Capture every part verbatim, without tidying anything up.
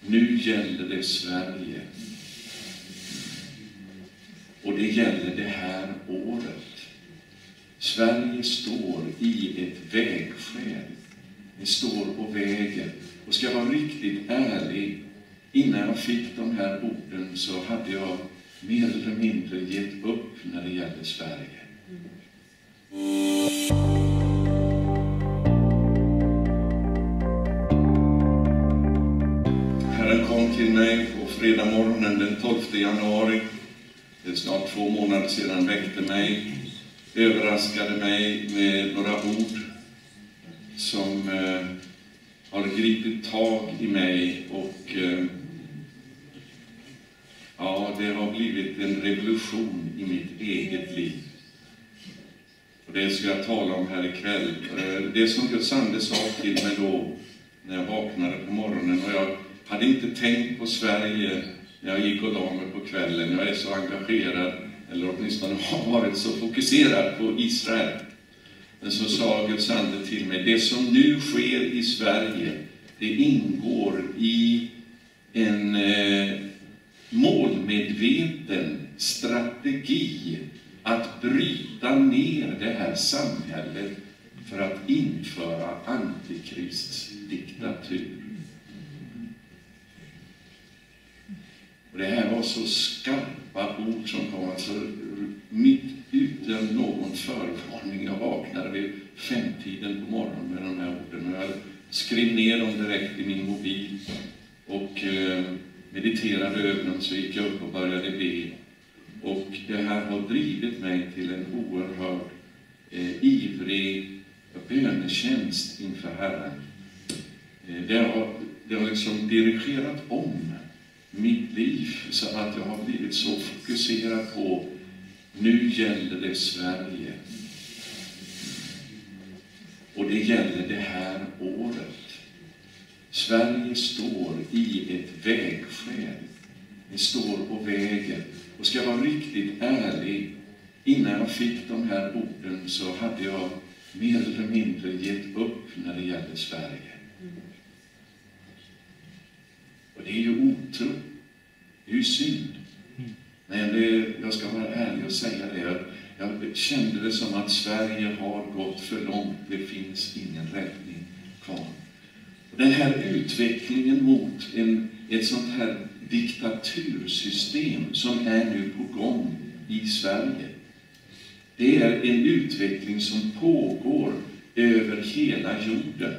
Nu gäller det Sverige. Och det gäller det här året. Sverige står i ett vägskäl. Det står på vägen. Och ska jag vara riktigt ärlig, innan jag fick de här orden så hade jag mer eller mindre gett upp när det gäller Sverige. Herren kom till mig på fredag morgonen den tolfte januari. Det är snart två månader sedan, väckte mig, överraskade mig med några ord som eh, har gripit tag i mig och eh, ja, det har blivit en revolution i mitt eget liv. Och det ska jag tala om här ikväll. Eh, det som Guds ande sa till mig då när jag vaknade på morgonen, och jag hade inte tänkt på Sverige när jag gick och la mig på kvällen. Jag är så engagerad, eller åtminstone har varit så fokuserad på Israel. Men så sa Guds ande till mig, det som nu sker i Sverige, det ingår i en eh, målmedveten strategi att bryta ner det här samhället för att införa antikrists diktatur. Och det här var så skarpa ord som kom, alltså mitt utan någon förvarning. Jag vaknade vid femtiden på morgonen med de här orden. Och jag skrev ner dem direkt i min mobil och eh, mediterade över dem, så gick jag upp och började be. Och det här har drivit mig till en oerhörd eh, ivrig bönetjänst inför Herren. Eh, det har, det har liksom dirigerat om mitt liv så att jag har blivit så fokuserad på nu gäller det Sverige. Och det gäller det här året. Sverige står i ett vägskäl. Det står på vägen. Och ska jag vara riktigt ärlig, innan jag fick de här orden så hade jag mer eller mindre gett upp när det gäller Sverige. Och det är ju otro. Det är ju synd. Men det, jag ska vara ärlig och säga det. Jag kände det som att Sverige har gått för långt. Det finns ingen räddning kvar. Och den här utvecklingen mot en, ett sånt här diktatursystem som är nu på gång i Sverige. Det är en utveckling som pågår över hela jorden.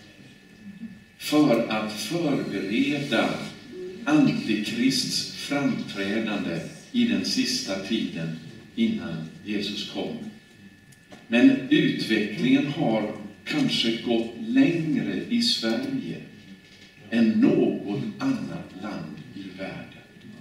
För att förbereda antikrists framträdande i den sista tiden innan Jesus kom. Men utvecklingen har kanske gått längre i Sverige än något annat land i världen.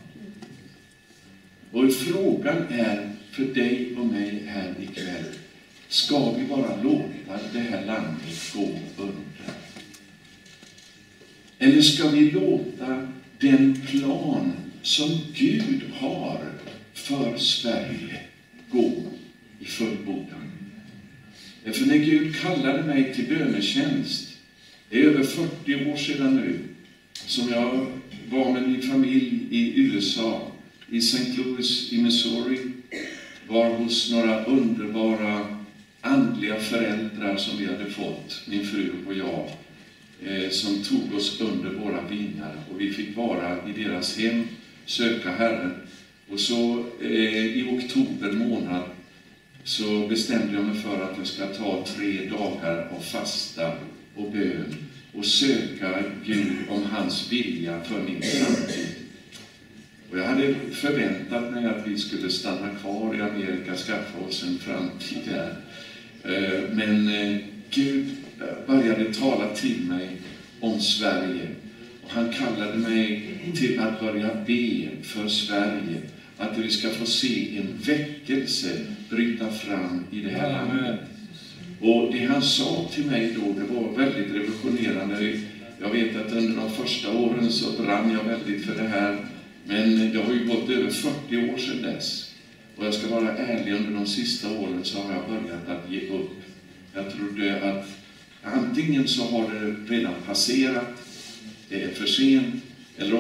Och frågan är för dig och mig här ikväll, ska vi bara låta det här landet gå under? Eller ska vi låta den plan som Gud har för Sverige gå i fullbordan? För när Gud kallade mig till bönetjänst, det är över fyrtio år sedan nu, som jag var med min familj i U S A, i Saint Louis i Missouri, var hos några underbara andliga föräldrar som vi hade fått, min fru och jag, eh, som tog oss under våra vingar, och vi fick vara i deras hem, söka Herren. Och så eh, i oktober månad så bestämde jag mig för att jag ska ta tre dagar av fasta och bön och söka Gud om hans vilja för min framtid. Och jag hade förväntat mig att vi skulle stanna kvar i Amerika, skaffa oss en framtid där. Men Gud började tala till mig om Sverige. Och han kallade mig till att börja be för Sverige. Att vi ska få se en väckelse bryta fram i det här landet. Och det han sa till mig då, det var väldigt revolutionerande. Jag vet att under de första åren så brann jag väldigt för det här. Men det har ju gått över fyrtio år sedan dess. Och jag ska vara ärlig, under de sista åren så har jag börjat att ge upp. Jag trodde att antingen så har det redan passerat, det är för sent,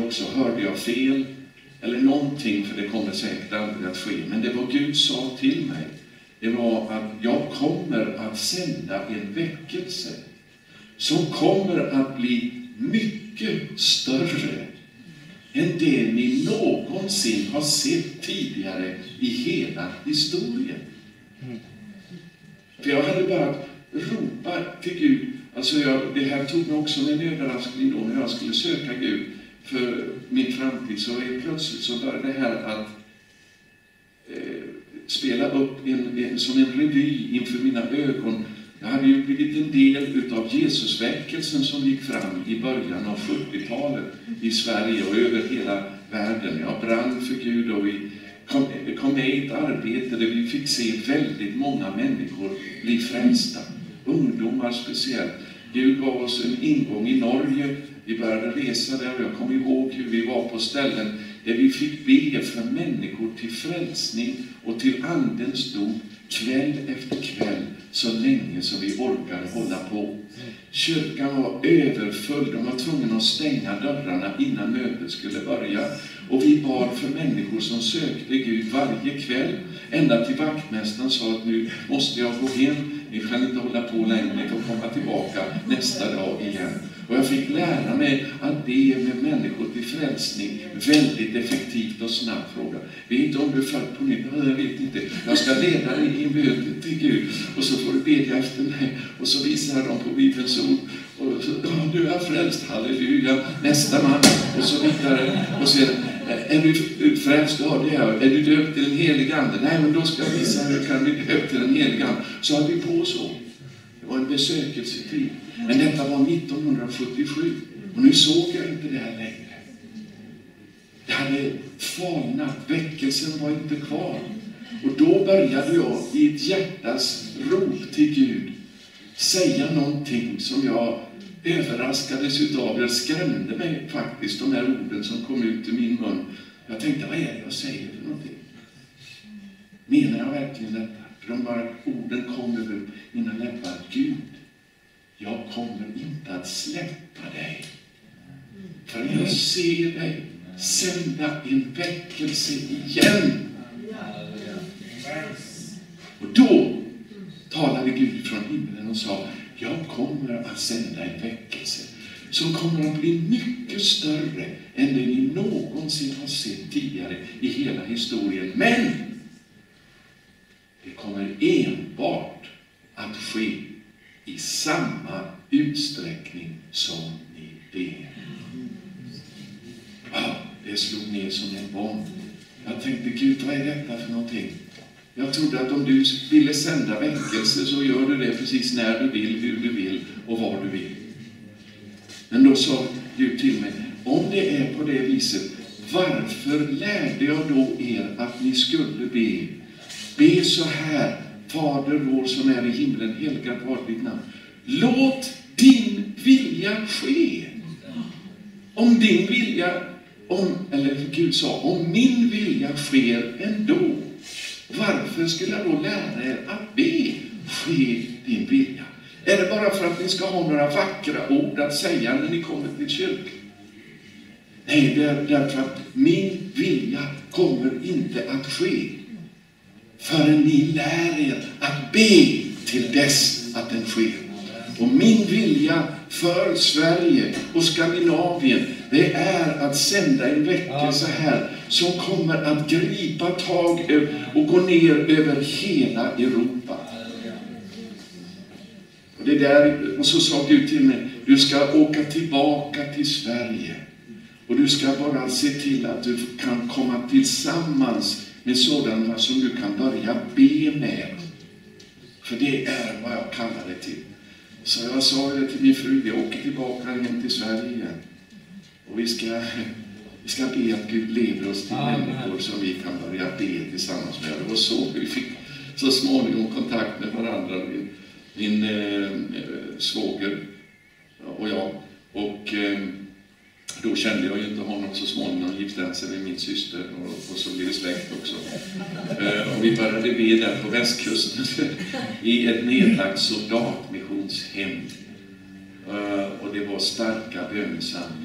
också, hörde jag fel? Eller någonting, för det kommer säkert aldrig att ske. Men det var Gud sa till mig. Det var att jag kommer att sända en väckelse som kommer att bli mycket större än det ni någonsin har sett tidigare i hela historien. För jag hade bara ropa till Gud. Alltså jag, det här tog mig också en överraskning då när jag skulle söka Gud för min framtid. Så är plötsligt så började det här att eh, spela upp en, en, som en revy inför mina ögon. Jag hade ju blivit en del utav Jesusväckelsen som gick fram i början av sjuttiotalet i Sverige och över hela världen. Jag brann för Gud och vi kom, kom med i ett arbete där vi fick se väldigt många människor bli frälsta. Ungdomar speciellt. Gud gav oss en ingång i Norge. Vi började resa där och jag kommer ihåg hur vi var på ställen där vi fick be för människor till frälsning och till andens dop kväll efter kväll så länge som vi orkade hålla på. Kyrkan var överfull. De var tvungna att stänga dörrarna innan mötet skulle börja. Och vi bar för människor som sökte Gud varje kväll. Ända till vaktmästaren sa att nu måste jag gå hem. Ni kan inte hålla på längre. Ni får komma tillbaka nästa dag igen. Och jag fick lära mig att be med människor till frälsning väldigt effektivt och snabbt. Fråga. Vet inte om du är född på nytt? Jag vet inte. Jag ska leda dig i mötet till Gud. Och så får du bedja efter mig. Och så visar de på Bibelns ord. Och så, oh, du är frälst, halleluja. Nästa man. Och så vidare. Och så är du frälst? Ja, det är jag. Är du döpt till en helig ande? Nej, men då ska jag visa hur du kan bli döpt till en helig ande. Så har vi på så. Det var en besökelsetid. Men detta var nittonhundrasjuttiosju. Och nu såg jag inte det här längre. Det hade falnat. Väckelsen var inte kvar. Och då började jag i ett hjärtas rop till Gud säga någonting som jag överraskades utav. Jag skrämde mig faktiskt, de här orden som kom ut ur min mun. Jag tänkte, vad är det jag säger för någonting? Menar jag verkligen detta? För de bara orden kom över mina läppar. Gud, jag kommer inte att släppa dig. För jag ser dig sända en väckelse igen. Och då talade Gud från himlen och sa, jag kommer att sända en väckelse som kommer att bli mycket större än det ni någonsin har sett tidigare i hela historien. Men det kommer enbart att ske i samma utsträckning som ni ber. Wow, det slog ner som en bomb. Jag tänkte, Gud, vad är detta för någonting? Jag trodde att om du ville sända väckelse så gör du det precis när du vill, hur du vill och var du vill. Men då sa Gud till mig, om det är på det viset, varför lärde jag då er att ni skulle be? Be så här, Fader vår som är i himlen, helgat var ditt namn. Låt din vilja ske. Om din vilja, om, eller Gud sa, om min vilja sker ändå, varför skulle jag då lära er att be ske din vilja? Är det bara för att ni ska ha några vackra ord att säga när ni kommer till kyrkan? Nej, det är därför att min vilja kommer inte att ske förrän ni lär er att be till dess att den sker. Och min vilja för Sverige och Skandinavien, det är att sända en väckelse här som kommer att gripa tag och gå ner över hela Europa. Och, det där, och så sa Gud till mig, du ska åka tillbaka till Sverige. Och du ska bara se till att du kan komma tillsammans med sådana som du kan börja be med. För det är vad jag kallar det till. Så jag sa det till min fru, vi åker tillbaka hem till Sverige igen. Och vi ska, vi ska be att Gud leder oss till Amen. Människor som vi kan börja be tillsammans med. Och så vi fick så småningom kontakt med varandra, min, min eh, svåger och jag. Och eh, då kände jag ju inte honom, så småningom gifte han sig med min syster och, och så blev det släkt också. Eh, och vi började be där på västkusten i ett nedlagt soldatmissionshem. Uh, och det var starka bönesamlingar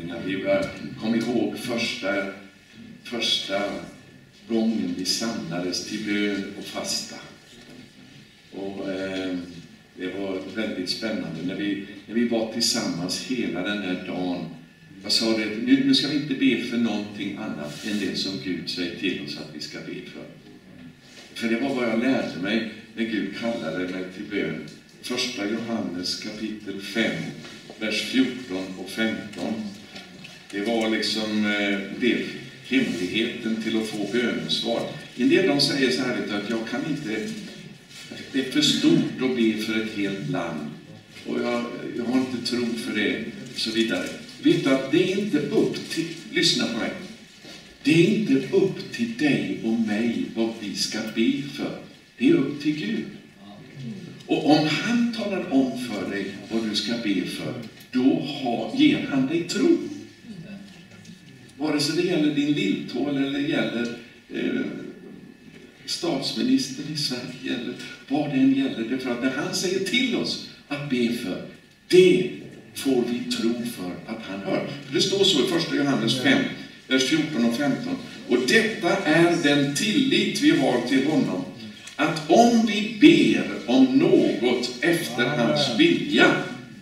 när vi var, kom ihåg första, första gången vi samlades till bön och fasta. Och eh, det var väldigt spännande när vi, när vi var tillsammans hela den där dagen. Jag sa det, nu, nu ska vi inte be för någonting annat än det som Gud säger till oss att vi ska be för. För det var vad jag lärde mig när Gud kallade mig till bön. Första Johannes kapitel fem, vers fjorton och femton. Det var liksom eh, det, hemligheten till att få bönesvar. En del de säger så här att jag kan inte, det är för stort att be för ett helt land. Och jag, jag har inte tro för det, och så vidare. Vet du att det är inte upp till, lyssna på mig. Det är inte upp till dig och mig vad vi ska be för. Det är upp till Gud. Och om han talar om för dig vad du ska be för, då har, ger han dig tro. Vare sig det gäller din lilltå eller det gäller eh, statsministern i Sverige eller vad det än gäller. Det för att när han säger till oss att be för, det får vi tro för att han hör. Det står så i första Johannes fem, vers fjorton och femton. Och detta är den tillit vi har till honom. Att om vi ber om något efter hans vilja,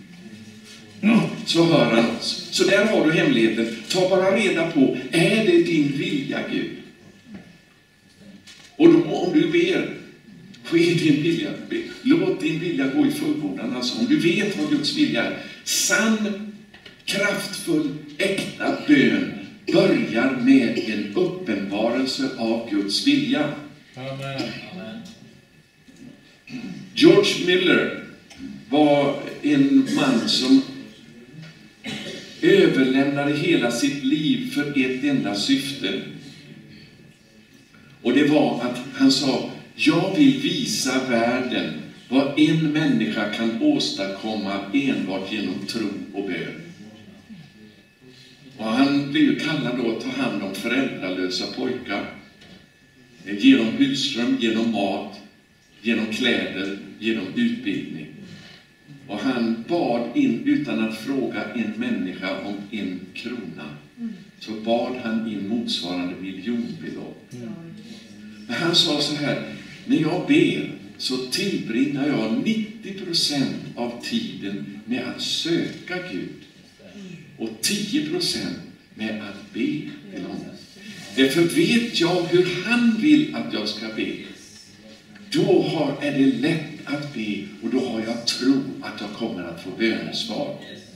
så hör han oss. Så där har du hemligheten. Ta bara reda på, är det din vilja, Gud? Och då, om du ber, ske din vilja. Låt din vilja gå i fullbordan. Alltså om du vet vad Guds vilja är. Sann, kraftfull, äkta bön börjar med en uppenbarelse av Guds vilja. Amen. George Miller var en man som överlämnade hela sitt liv för ett enda syfte. Och det var att han sa, jag vill visa världen vad en människa kan åstadkomma enbart genom tro och bön. Och han blev kallad då att ta hand om föräldralösa pojkar. Genom husrum, genom mat, genom kläder, genom utbildning. Och han bad in, utan att fråga en människa om en krona, så bad han in motsvarande miljonbelopp. Men han sa så här, när jag ber så tillbringar jag nittio procent av tiden med att söka Gud. Och tio procent med att be till honom. Därför vet jag hur han vill att jag ska be. Då har, är det lätt att be och då har jag tro att jag kommer att få bönesvar.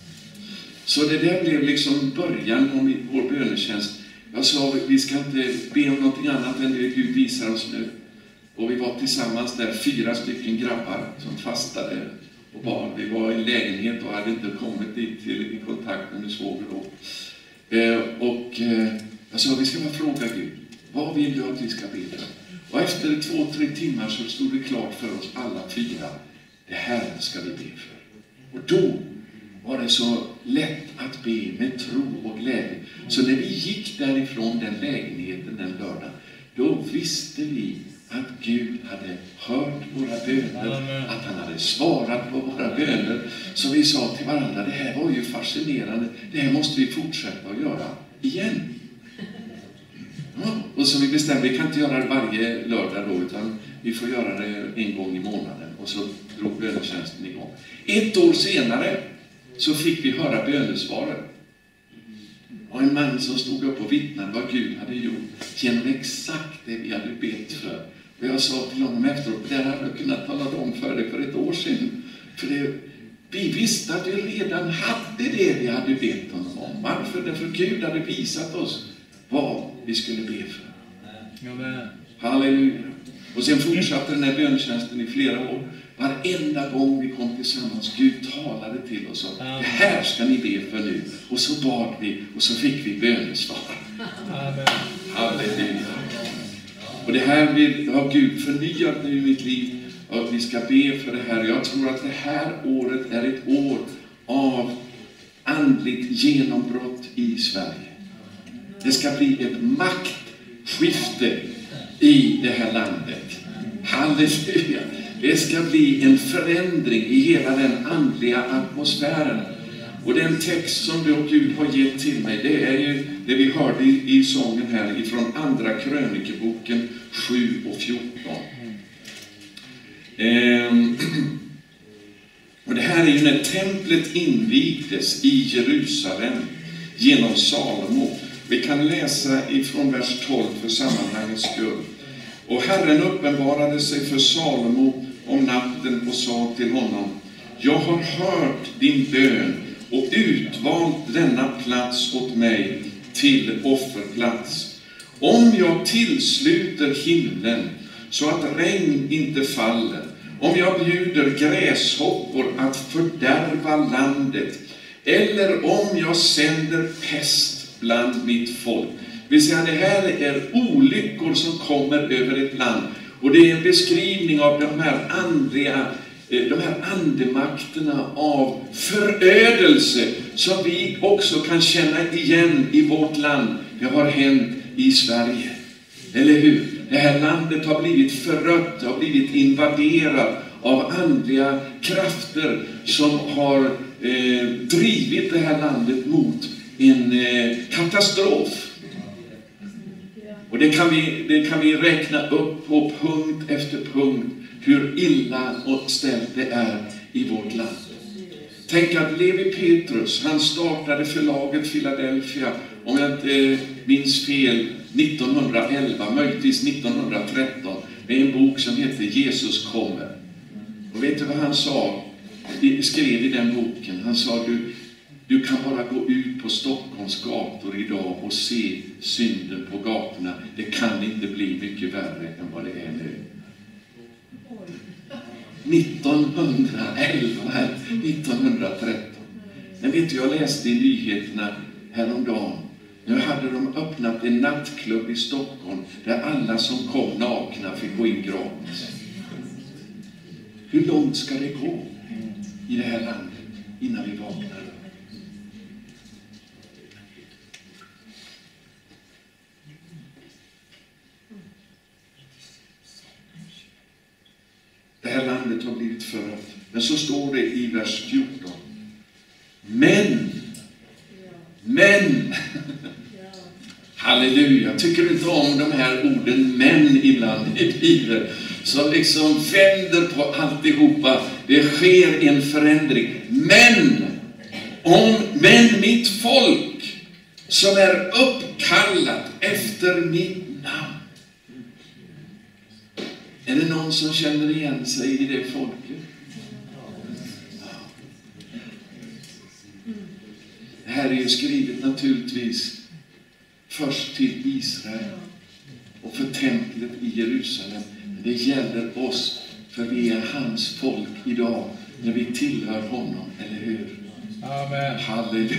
Så det där blev liksom början om vår bönetjänst. Jag sa, vi ska inte be om någonting annat än det Gud visar oss nu. Och vi var tillsammans där, fyra stycken grabbar som fastade och barn. Vi var i en lägenhet och hade inte kommit dit till, i kontakt med min svåger då. Eh, och eh, jag sa, vi ska bara fråga Gud, vad vill du att vi ska be för? Och efter två, tre timmar så stod det klart för oss alla fyra, det här ska vi be för. Och då var det så lätt att be med tro och glädje. Så när vi gick därifrån den lägenheten den lördagen, då visste vi att Gud hade hört våra böner, att han hade svarat på våra böner. Så vi sa till varandra, det här var ju fascinerande, det här måste vi fortsätta att göra igen. Ja, och så vi bestämde, vi kan inte göra det varje lördag då, utan vi får göra det en gång i månaden. Och så drog bönetjänsten igång. Ett år senare så fick vi höra bönesvaren. Och en man som stod upp och vittnade vad Gud hade gjort genom exakt det vi hade bett för. Och jag sa till honom efteråt, det hade jag kunnat tala om för dig för ett år sedan. För det, vi visste att vi redan hade det vi hade bett honom om. Varför? Därför Gud hade visat oss vad vi skulle be för. Amen. Halleluja. Och sen fortsatte den här bönetjänsten i flera år. Varenda gång vi kom tillsammans, Gud talade till oss om, det här ska ni be för nu. Och så bad vi och så fick vi bönesvar. Amen. Halleluja. Och det här vill, har Gud förnyat nu i mitt liv. Och vi ska be för det här. Jag tror att det här året är ett år av andligt genombrott i Sverige. Det ska bli ett maktskifte i det här landet. Halleluja. Det ska bli en förändring i hela den andliga atmosfären. Och den text som då Gud har gett till mig, det är ju det vi hörde i, i sången här ifrån andra krönikeboken sju och fjorton. Ehm, och det här är ju när templet invigdes i Jerusalem genom Salomo. Vi kan läsa ifrån vers tolv för sammanhangets skull. Och Herren uppenbarade sig för Salomo om natten och sa till honom: jag har hört din bön och utvalt denna plats åt mig till offerplats. Om jag tillsluter himlen så att regn inte faller, om jag bjuder gräshoppor att fördärva landet, eller om jag sänder pest bland mitt folk. Det vill säga, det här är olyckor som kommer över ett land. Och det är en beskrivning av de här andliga, de här andemakterna av förödelse som vi också kan känna igen i vårt land. Det har hänt i Sverige. Eller hur? Det här landet har blivit förött, har blivit invaderat av andliga krafter som har eh, drivit det här landet mot en eh, katastrof. Och det kan, vi, det kan vi räkna upp på punkt efter punkt hur illa och ställt det är i vårt land. Tänk att Levi Petrus, han startade förlaget Philadelphia, om jag inte minns fel, nittonhundraelva, möjligtvis nittonhundratretton, med en bok som heter Jesus kommer. Och vet du vad han sa? Skrev i den boken. Han sa, du, du kan bara gå ut på Stockholms gator idag och se synden på gatorna. Det kan inte bli mycket värre än vad det är nu. nittonhundraelva, nittonhundratretton. Men vet du, jag läste i nyheterna häromdagen. Nu hade de öppnat en nattklubb i Stockholm där alla som kom nakna fick gå in gratis. Hur långt ska det gå i det här landet innan vi vaknar? Det här landet har blivit förött. Men så står det i vers fjorton. Men, men, halleluja. Tycker du inte om de här orden men ibland i Bibeln? Som liksom vänder på alltihopa. Det sker en förändring. Men, om, men mitt folk som är uppkallat efter mitt namn. Är det någon som känner igen sig i det folket? Ja. Det här är ju skrivet naturligtvis först till Israel och för templet i Jerusalem. Det gäller oss, för vi är hans folk idag när vi tillhör honom, eller hur? Amen. Halleluja.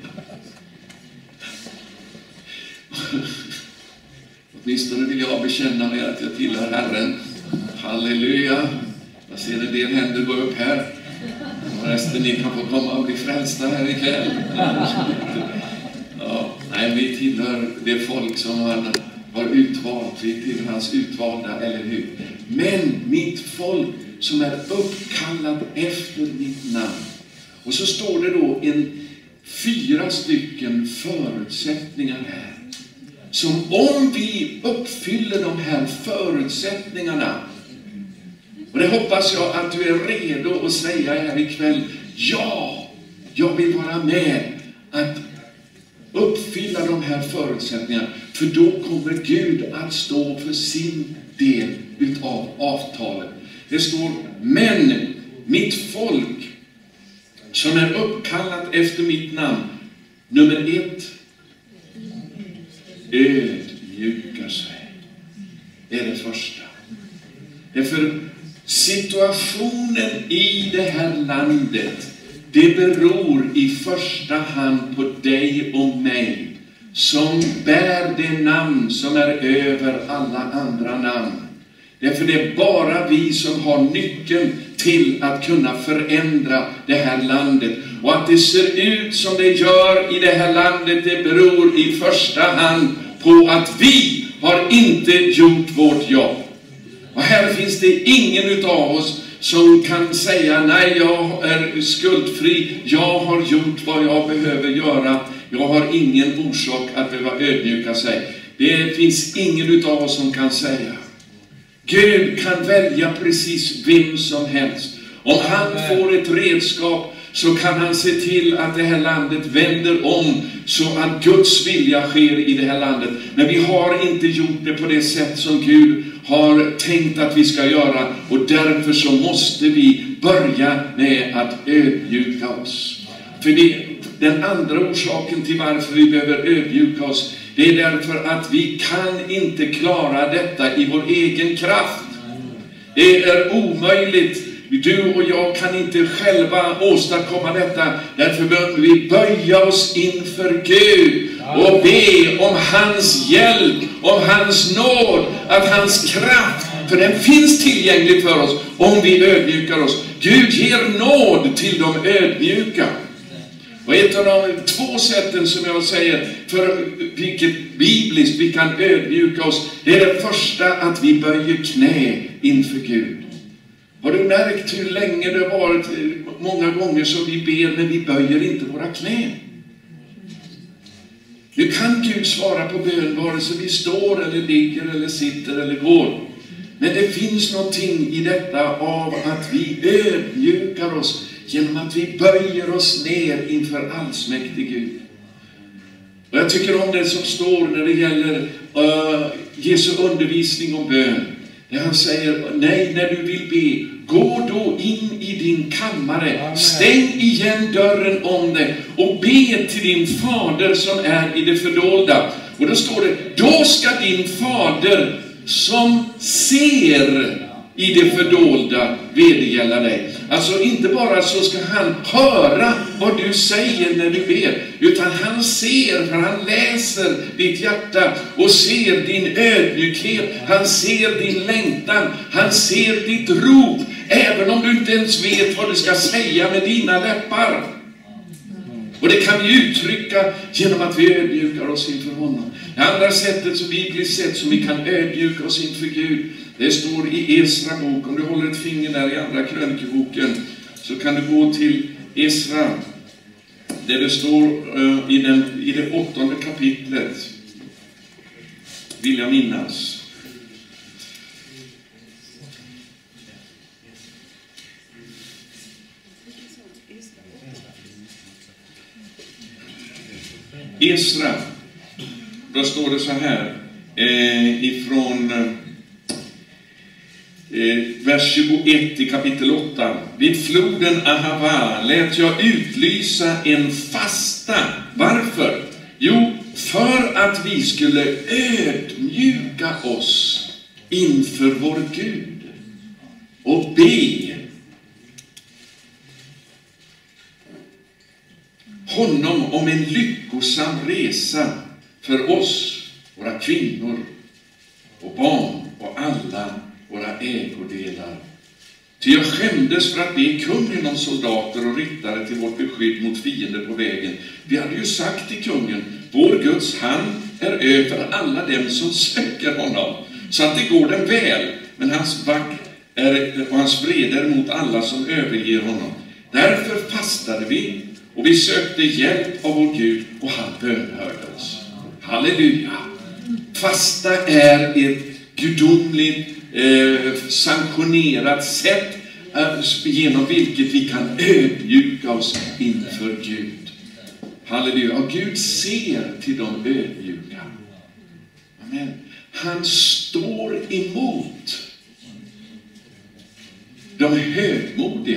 Åtminstone vill jag bekänna mig att jag tillhör Herren. Halleluja. Jag ser en del händer gå upp här. Och resten ni kan få komma och bli frälsta här ikväll. Ja, nej, vi tillhör det folk som han har utvalt. Vi tillhör hans utvalda, eller hur? Men mitt folk som är uppkallat efter mitt namn. Och så står det då en fyra stycken förutsättningar här. Som om vi uppfyller de här förutsättningarna. Och det hoppas jag att du är redo att säga här ikväll. Ja, jag vill vara med att uppfylla de här förutsättningarna. För då kommer Gud att stå för sin del utav avtalet. Det står, men mitt folk som är uppkallat efter mitt namn. Nummer ett. Ödmjukar sig. Det är det första. Därför situationen i det här landet, det beror i första hand på dig och mig som bär det namn som är över alla andra namn. Därför det är bara vi som har nyckeln till att kunna förändra det här landet. Och att det ser ut som det gör i det här landet, det beror i första hand på att vi har inte gjort vårt jobb. Och här finns det ingen utav oss som kan säga nej, jag är skuldfri, jag har gjort vad jag behöver göra, jag har ingen orsak att behöva ödmjuka sig. Det finns ingen utav oss som kan säga. Gud kan välja precis vem som helst. Om han får ett redskap så kan han se till att det här landet vänder om så att Guds vilja sker i det här landet. Men vi har inte gjort det på det sätt som Gud har tänkt att vi ska göra, och därför så måste vi börja med att ödmjuka oss. För det, den andra orsaken till varför vi behöver ödmjuka oss, det är därför att vi kan inte klara detta i vår egen kraft. Det är omöjligt. Du och jag kan inte själva åstadkomma detta. Därför behöver vi böja oss inför Gud och be om hans hjälp, om hans nåd, att hans kraft, för den finns tillgänglig för oss om vi ödmjukar oss. Gud ger nåd till de ödmjuka. Och ett av de två sätten som jag säger för vilket bibliskt vi kan ödmjuka oss, det är det första, att vi böjer knä inför Gud. Har du märkt hur länge det har varit många gånger som vi ber, men vi böjer inte våra knä? Nu kan Gud svara på bön vare sig vi står eller ligger eller sitter eller går. Men det finns någonting i detta av att vi ödmjukar oss genom att vi böjer oss ner inför allsmäktig Gud. Och jag tycker om det som står när det gäller uh, Jesu undervisning om bön. Där han säger, nej, när du vill be, gå då in i din kammare, Amen. Stäng igen dörren om dig och be till din fader som är i det fördolda. Och då står det, då ska din fader som ser i det fördolda vedergälla dig. Alltså inte bara så ska han höra vad du säger när du ber, utan han ser, för han läser ditt hjärta och ser din ödmjukhet, han ser din längtan, han ser ditt rop, även om du inte ens vet vad du ska säga med dina läppar. Och det kan vi uttrycka genom att vi ödmjukar oss inför honom. Det andra sättet, som bibliskt sätt, som vi kan ödmjuka oss inför Gud, det står i Esra bok. Om du håller ett finger där i andra krönikeboken, så kan du gå till Esra, där det står uh, i, den, i det åttonde kapitlet, vill jag minnas. Esra, då står det så här eh, ifrån eh, vers tjugoett i kapitel åtta. Vid floden Ahava lät jag utlysa en fasta. Varför? Jo, för att vi skulle ödmjuka oss inför vår Gud och be honom om en lyckosam resa för oss, våra kvinnor och barn och alla våra ägodelar. Ty jag skämdes för att be kungen om soldater och ryttare till vårt beskydd mot fiender på vägen. Vi hade ju sagt till kungen, vår Guds hand är över alla dem som söker honom, så att det går dem väl, men hans vakt är, och hans vrede är mot alla som överger honom. Därför fastade vi och vi sökte hjälp av vår Gud, och han bönhörde oss. Halleluja! Fasta är ett gudomligt eh, sanktionerat sätt eh, genom vilket vi kan ödmjuka oss inför Gud. Halleluja! Och Gud ser till de ödmjuka. Amen. Han står emot de högmodiga.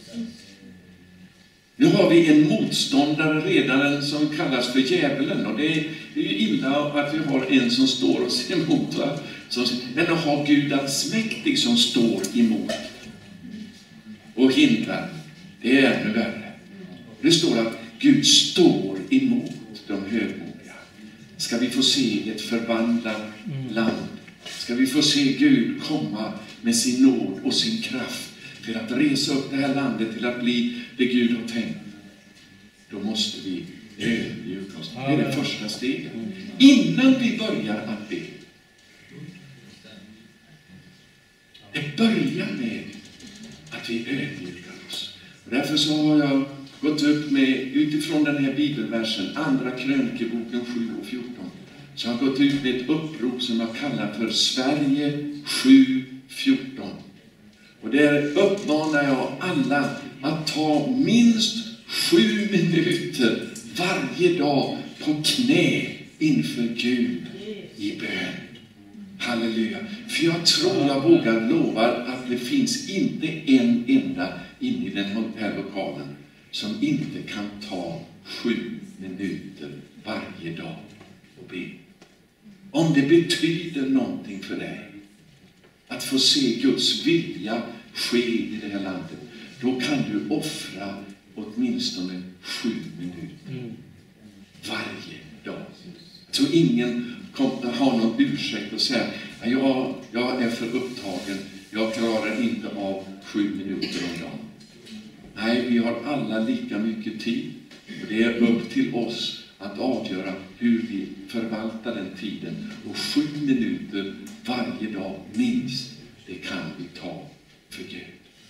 Nu har vi en motståndare redan som kallas för djävulen, och det är ju illa att vi har en som står oss emot. Va? Som, men att ha Gud allsmäktig som står emot och hindrar, det är ännu värre. Det står att Gud står emot de högmodiga. Ska vi få se ett förvandlat land? Ska vi få se Gud komma med sin nåd och sin kraft för att resa upp det här landet till att bli det Gud har tänkt? Då måste vi ödmjuka oss. Det är det första steget. Innan vi börjar att be. Det börjar med att vi ödmjukar oss. Och därför så har jag gått upp med, utifrån den här bibelversen, andra krönikeboken sju och fjorton. Så har jag gått ut med ett upprop som jag kallar för Sverige sju fjorton. Och där uppmanar jag alla att ta minst sju minuter varje dag på knä inför Gud i bön. Halleluja. För jag tror jag vågar lova att det finns inte en enda in i den här lokalen som inte kan ta sju minuter varje dag och be. Om det betyder någonting för dig att få se Guds vilja ske i det här landet, då kan du offra åtminstone sju minuter mm. varje dag. Så ingen kommer ha någon ursäkt och säga jag, jag är för upptagen, jag klarar inte av sju minuter om dagen. Nej, vi har alla lika mycket tid och det är upp till oss att avgöra hur vi förvaltar den tiden. Och sju minuter varje dag minst, det kan vi ta för Gud.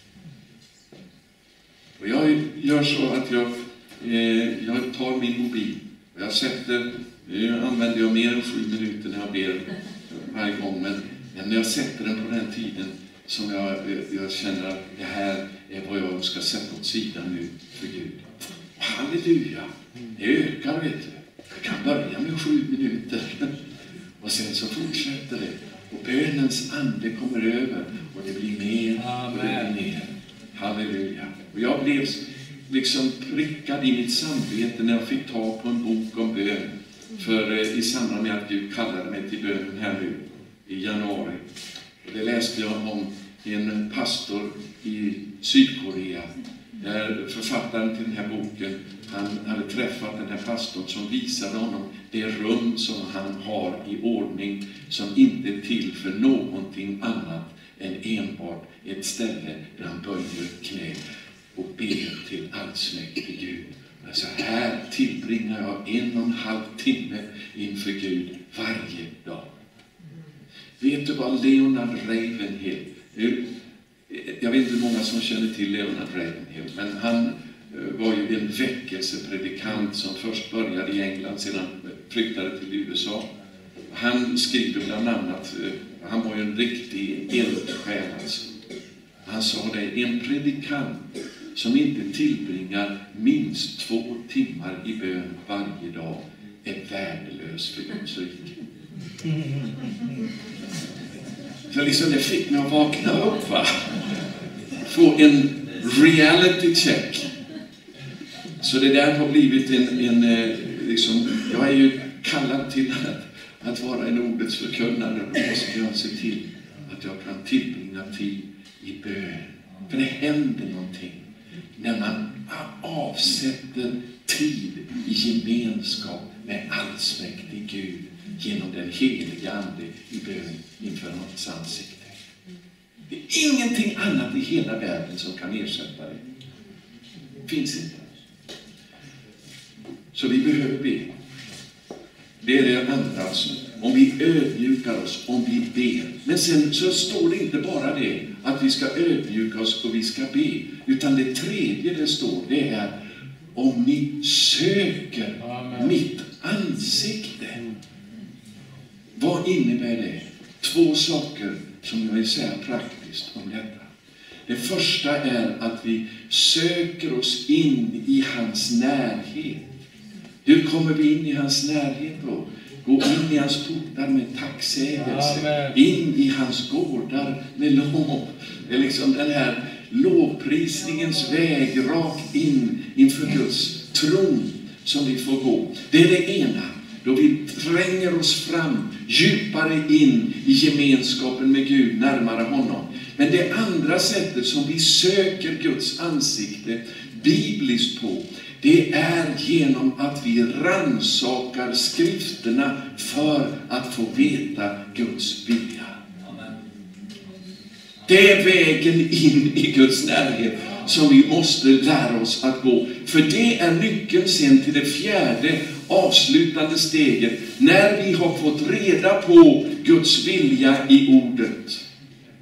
Och jag gör så att jag, eh, jag tar min mobil och jag sätter, nu använder jag mer än sju minuter när jag ber varje gång, men, men när jag sätter den på den tiden som jag, jag känner att det här är vad jag ska sätta åt sidan nu för Gud. Halleluja! Det ökar, vet du. Jag kan börja med sju minuter och sen så fortsätter det. Och bönens ande kommer över och det blir mer och det blir mer. Halleluja! Och jag blev liksom prickad i mitt samvete när jag fick ta på en bok om bön. För eh, i samband med att Gud kallade mig till bönen här nu i januari. Och det läste jag om en pastor i Sydkorea. Där författaren till den här boken, han hade träffat den här pastorn som visade honom det rum som han har i ordning, som inte är till för någonting annat än enbart ett ställe där han böjer knä och ber till allsmäktig Gud. Så här tillbringar jag en och en halv timme inför Gud varje dag. Vet du vad Leonard Ravenhill, jag vet inte hur många som känner till Leonard Ravenhill, men han var ju en väckelsepredikant som först började i England, sedan flyttade till U S A. Han skriver bland annat, han var ju en riktig eldsjäl. Han sa det, en predikant som inte tillbringar minst två timmar i bön varje dag är värdelös för Guds rike. Så liksom det fick mig att vakna upp, va? Få en reality check. Så det där har blivit en, en liksom, jag är ju kallad till att, att vara en ordets förkunnare, och då måste jag se till att jag kan tillbringa tid i bön. För det händer någonting när man avsätter tid i gemenskap med allsmäktig Gud genom den heliga ande i bön inför hans ansikte. Det är ingenting annat i hela världen som kan ersätta det. Finns inte. Så vi behöver be. Det är det andra alltså. Om vi ödmjukar oss, om vi ber. Men sen så står det inte bara det att vi ska ödmjuka oss och vi ska be. Utan det tredje det står, det är om ni söker Amen. Mitt ansikte. Vad innebär det? Två saker som jag vill säga praktiskt om detta. Det första är att vi söker oss in i hans närhet. Hur kommer vi in i hans närhet då? Gå in i hans portar med tacksägelse. Amen. In i hans gårdar med lov. Det är liksom den här lovprisningens väg rakt in inför Guds tron som vi får gå. Det är det ena. Då vi tränger oss fram djupare in i gemenskapen med Gud, närmare honom. Men det andra sättet som vi söker Guds ansikte bibliskt på, det är genom att vi rannsakar skrifterna för att få veta Guds vilja. Amen. Det är vägen in i Guds närhet som vi måste lära oss att gå. För det är nyckeln sen till det fjärde avslutande steget. När vi har fått reda på Guds vilja i ordet,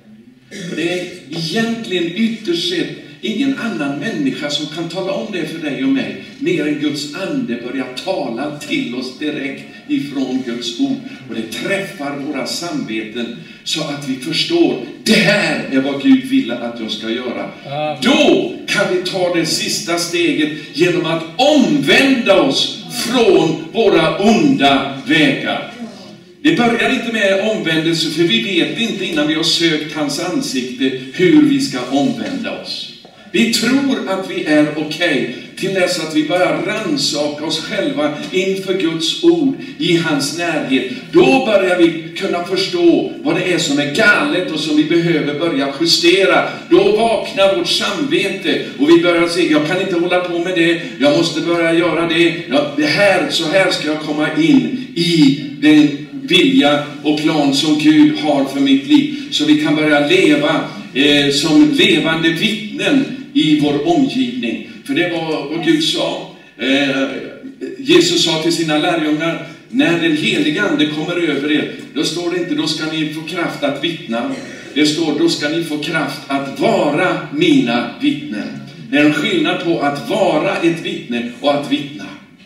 Och det är egentligen ytterst sett ingen annan människa som kan tala om det för dig och mig, mer än Guds ande börjar tala till oss direkt ifrån Guds ord. Och det träffar våra samveten så att vi förstår, det här är vad Gud vill att jag ska göra. Amen. Då kan vi ta det sista steget genom att omvända oss från våra onda vägar. Det börjar inte med omvändelse, för vi vet inte innan vi har sökt hans ansikte hur vi ska omvända oss. Vi tror att vi är okej okay, till dess att vi börjar ransaka oss själva inför Guds ord i hans närhet. Då börjar vi kunna förstå vad det är som är galet och som vi behöver börja justera. Då vaknar vårt samvete och vi börjar säga, jag kan inte hålla på med det, jag måste börja göra det. Ja, det här, så här ska jag komma in i den vilja och plan som Gud har för mitt liv. Så vi kan börja leva eh, som levande vittnen i vår omgivning. För det var vad Gud sa. Eh, Jesus sa till sina lärjungar, när den heliga ande kommer över er, då står det inte, då ska ni få kraft att vittna. Det står, då ska ni få kraft att vara mina vittnen. Det är en skillnad på att vara ett vittne och att vittna.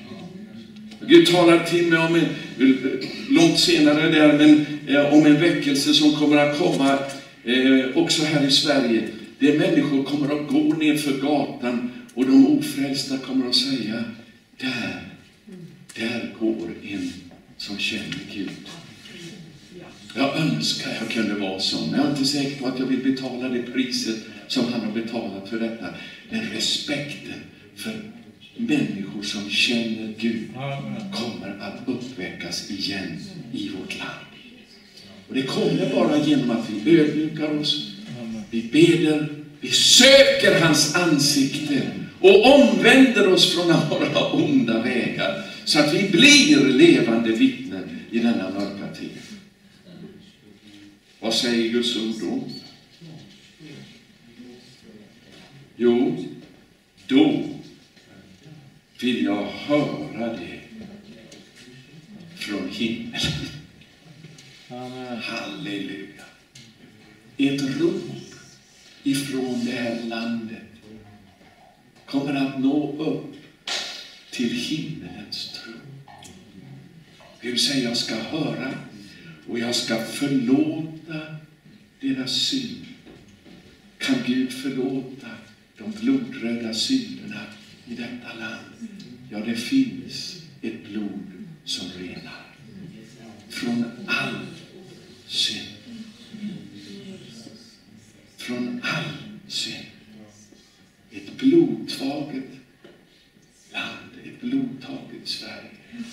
Gud talar till mig om en, långt senare där, men eh, om en väckelse som kommer att komma eh, också här i Sverige. Där människor kommer att gå ner för gatan och de ofrälsta kommer att säga, där, där går en som känner Gud. Jag önskar jag kunde vara sån. Jag är inte säker på att jag vill betala det priset som han har betalat för detta. Den respekten för människor som känner Gud kommer att uppväckas igen i vårt land. Och det kommer bara genom att vi ödmjukar oss, vi beder, vi söker hans ansikte och omvänder oss från våra onda vägar så att vi blir levande vittnen i denna mörka tid. Vad säger Guds ord då? Jo, då vill jag höra det från himmelen. Amen. Halleluja. Ett rop ifrån det här landet kommer att nå upp till himmelens tron. Gud säger, jag ska höra och jag ska förlåta deras synd. Kan Gud förlåta de blodröda synderna i detta land? Ja, det finns ett blod som renar från all synd. Från all synd. Ett blodtaget land, ett blodtaget Sverige.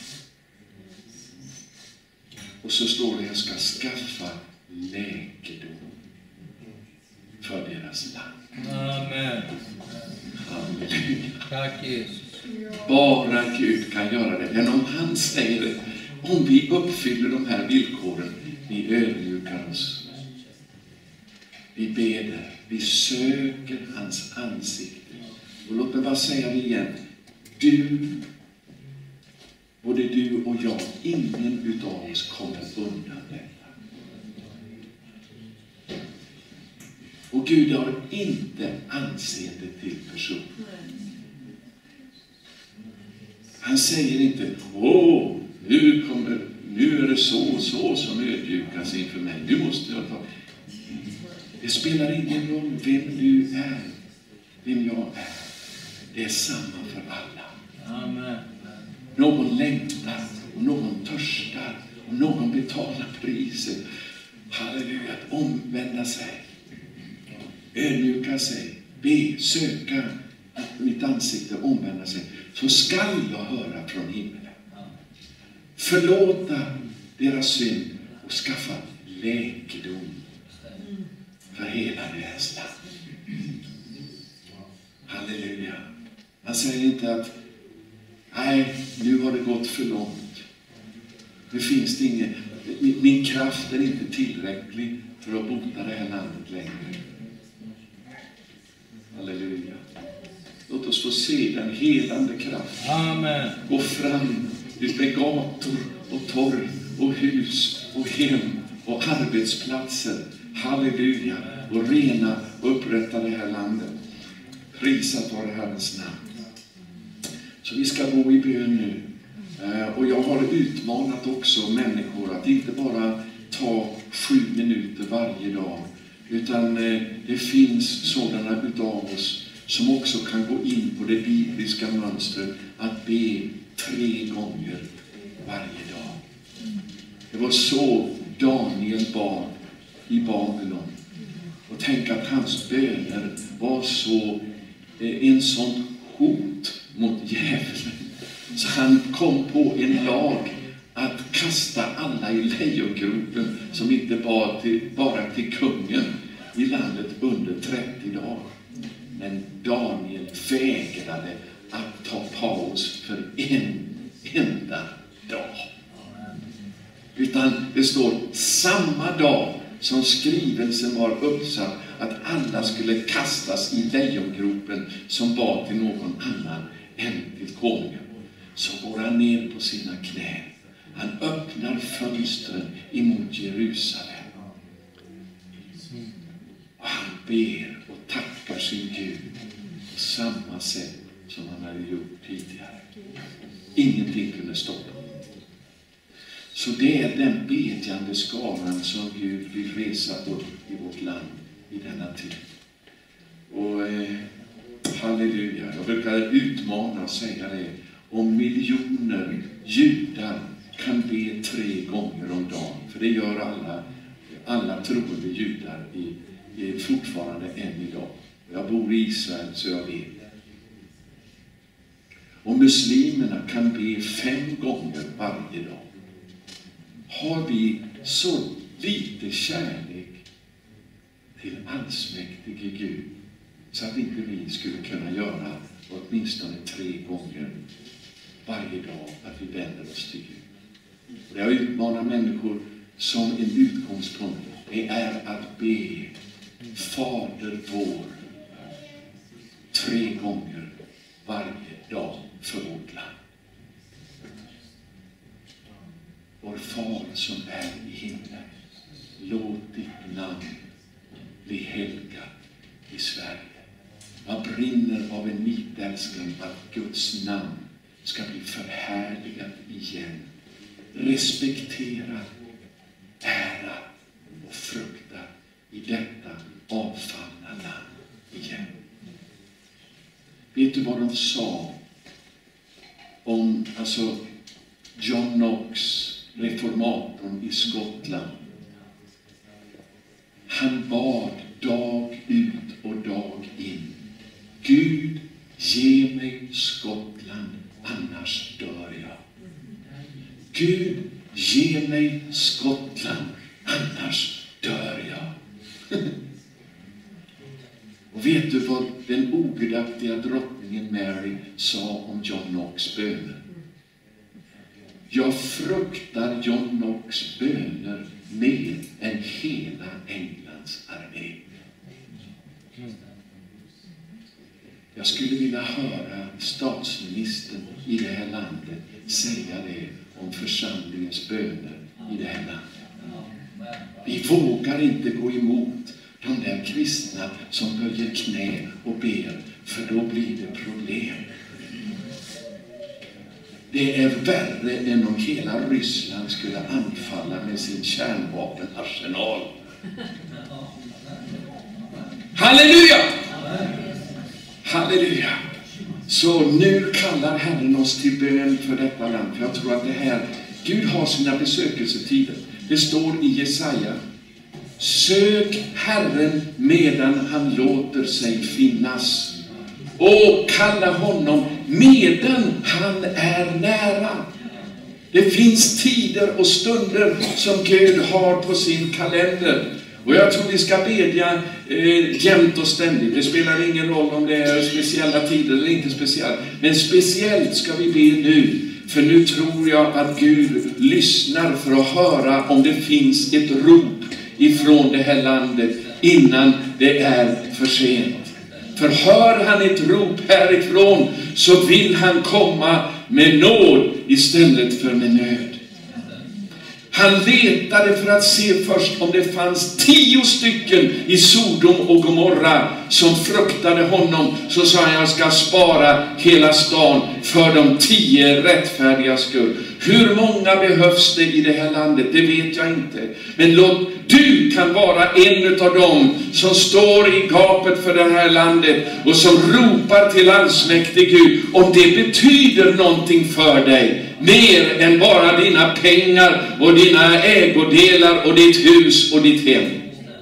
Och så står det, jag ska skaffa läkedom för deras land. Amen. Halleluja. Tack Jesus. Bara Gud kan göra det. Men om han säger det, om vi uppfyller de här villkoren, vi ödmjukar oss. Vi beder, vi söker hans ansikte. Och låt mig bara säga det igen. Du, både du och jag, ingen utav oss kommer undan detta. Och Gud har inte anseende till person. Han säger inte, åh, nu, kommer, nu är det så och så som ödmjukas inför mig. Nu måste jag ta... Det spelar ingen roll vem du är, vem jag är. Det är samma för alla. Amen. Någon längtar och någon törstar och någon betalar priset. Halleluja, att omvända sig. Ödmjuka sig, be, söka att mitt ansikte omvända sig. Så skall jag höra från himlen. Förlåta deras synd och skaffa läkedom för hela deras land. Halleluja. Han säger inte att nej, nu har det gått för långt. Nu finns det inget, min, min kraft är inte tillräcklig för att bota det här landet längre. Halleluja. Låt oss få se den helande kraft. Amen. Gå fram ut med gator och torg och hus och hem och arbetsplatser. Halleluja. Och rena och upprätta det här landet. Prisat vare Herrens namn. Så vi ska gå i bön nu. Och jag har utmanat också människor att inte bara ta sju minuter varje dag. Utan det finns sådana utav oss som också kan gå in på det bibliska mönstret att be tre gånger varje dag. Det var så Daniel bad i Babylon. Och tänk att hans böner var så en sån hot mot djävulen. Så han kom på en lag att kasta alla i lejongropen som inte bad till, bara till kungen i landet under trettio dagar. Men Daniel vägrade att ta paus för en enda dag. Utan det står samma dag som skrivelsen var uppsatt att alla skulle kastas i lejongropen som bad till någon annan än till konungen. Så går han ner på sina knän. Han öppnar fönstren emot Jerusalem. Och han ber och tackar sin Gud på samma sätt som han hade gjort tidigare. Ingenting kunde stoppa. Så det är den bedjande skaran som Gud vill resa upp i vårt land i denna tid. Och eh, halleluja, jag brukar utmana och säga det. Om miljoner judar kan be tre gånger om dagen, för det gör alla, alla troende judar i, i, fortfarande än idag. Jag bor i Israel så jag vet. Om muslimerna kan be fem gånger varje dag, har vi så lite kärlek till allsmäktige Gud så att inte vi skulle kunna göra åtminstone tre gånger varje dag att vi vänder oss till Gud. Och det har utmanat människor som en utgångspunkt. Det är att be Fader vår tre gånger varje dag för vårt land. Vår far som är i himlen, låt ditt namn bli helgat i Sverige. Jag brinner av en nitälskan att Guds namn ska bli förhärligat igen. Respektera, ära och frukta i detta avfallna land igen. Vet du vad de sa om alltså John Knox, reformatorn i Skottland? Han bad dag ut och dag in. Gud, ge mig Skottland, annars dör jag. Gud, ge mig Skottland, annars dör jag. Och vet du vad den ogudaktiga drottningen Mary sa om John Knox böner? Jag fruktar John Knox böner mer än hela Englands armé. Jag skulle vilja höra statsministern i det här landet säga det om församlingens böner i det här landet. Vi vågar inte gå emot de där kristna som böjer knä och ber, för då blir det problem. Det är värre än om hela Ryssland skulle anfalla med sin kärnvapenarsenal. Halleluja! Halleluja! Så nu kallar Herren oss till bön för detta land. För jag tror att det här, Gud har sina besökelsetider. Det står i Jesaja: sök Herren medan han låter sig finnas. Och kalla honom medan han är nära. Det finns tider och stunder som Gud har på sin kalender. Och jag tror vi ska bedja eh, jämt och ständigt. Det spelar ingen roll om det är speciella tider eller inte speciella. Men speciellt ska vi be nu. För nu tror jag att Gud lyssnar för att höra om det finns ett rop ifrån det här landet innan det är för sent. För hör han ett rop härifrån så vill han komma med nåd istället för med nöd. Han letade för att se först om det fanns tio stycken i Sodom och Gomorra som fruktade honom. Så sa han, jag ska spara hela stan för de tio rättfärdiga skull. Hur många behövs det i det här landet? Det vet jag inte. Men låt, du kan vara en av dem som står i gapet för det här landet och som ropar till allsmäktig Gud. Om det betyder någonting för dig, mer än bara dina pengar och dina ägodelar och ditt hus och ditt hem.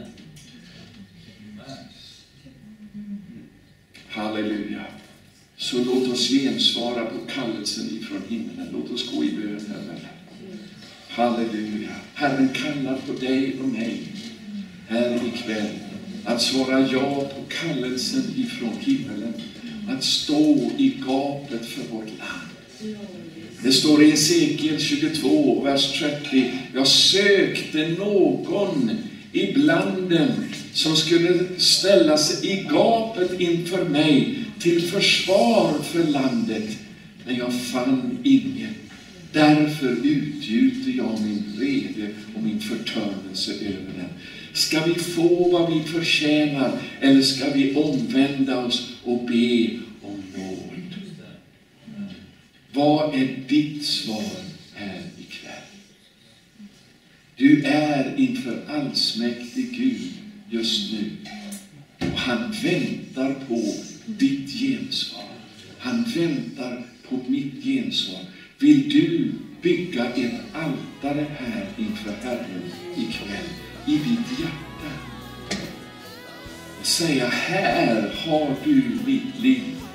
Halleluja. Så låt oss gensvara på kallelsen ifrån himlen. Låt oss gå i bön här. Halleluja. Herren kallar på dig och mig här ikväll att svara ja på kallelsen ifrån himlen. Att stå i gapet för vårt land. Det står i Hesekiel tjugotvå, vers trettio. Jag sökte någon ibland dem som skulle ställa sig i gapet inför mig till försvar för landet. Men jag fann ingen. Därför utgjuter jag min vrede och min förtörnelse över den. Ska vi få vad vi förtjänar, eller ska vi omvända oss och be om nåd? Vad är ditt svar här ikväll? Du är inför allsmäktig Gud just nu. Och han väntar på ditt gensvar. Han väntar på mitt gensvar. Vill du bygga ett altare här inför Herren ikväll? I ditt hjärta. Och säga, här har du mitt liv.